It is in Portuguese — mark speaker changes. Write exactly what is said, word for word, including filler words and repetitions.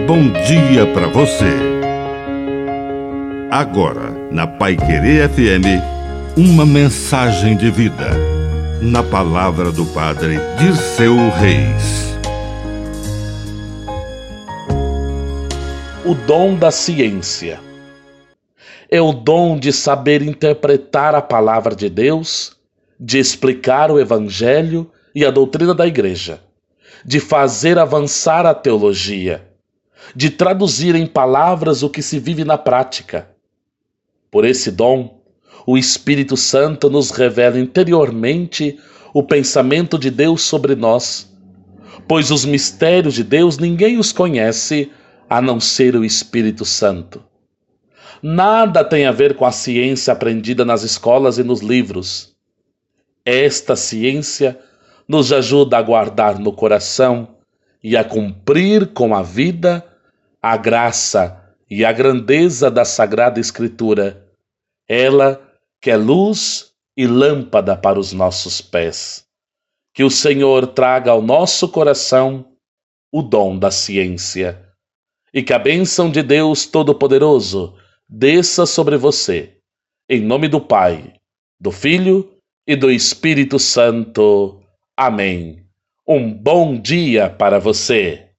Speaker 1: bom dia para você. Agora, na Paiquerê F M, uma mensagem de vida. Na palavra do Padre Dirceu Reis.
Speaker 2: O dom da ciência. É o dom de saber interpretar a palavra de Deus, de explicar o Evangelho e a doutrina da Igreja, de fazer avançar a teologia, de traduzir em palavras o que se vive na prática. Por esse dom, o Espírito Santo nos revela interiormente o pensamento de Deus sobre nós, pois os mistérios de Deus ninguém os conhece a não ser o Espírito Santo. Nada tem a ver com a ciência aprendida nas escolas e nos livros. Esta ciência nos ajuda a guardar no coração e a cumprir com a vida a graça e a grandeza da Sagrada Escritura, ela que é luz e lâmpada para os nossos pés. Que o Senhor traga ao nosso coração o dom da ciência, e que a bênção de Deus Todo-Poderoso desça sobre você, em nome do Pai, do Filho e do Espírito Santo. Amém. Um bom dia para você.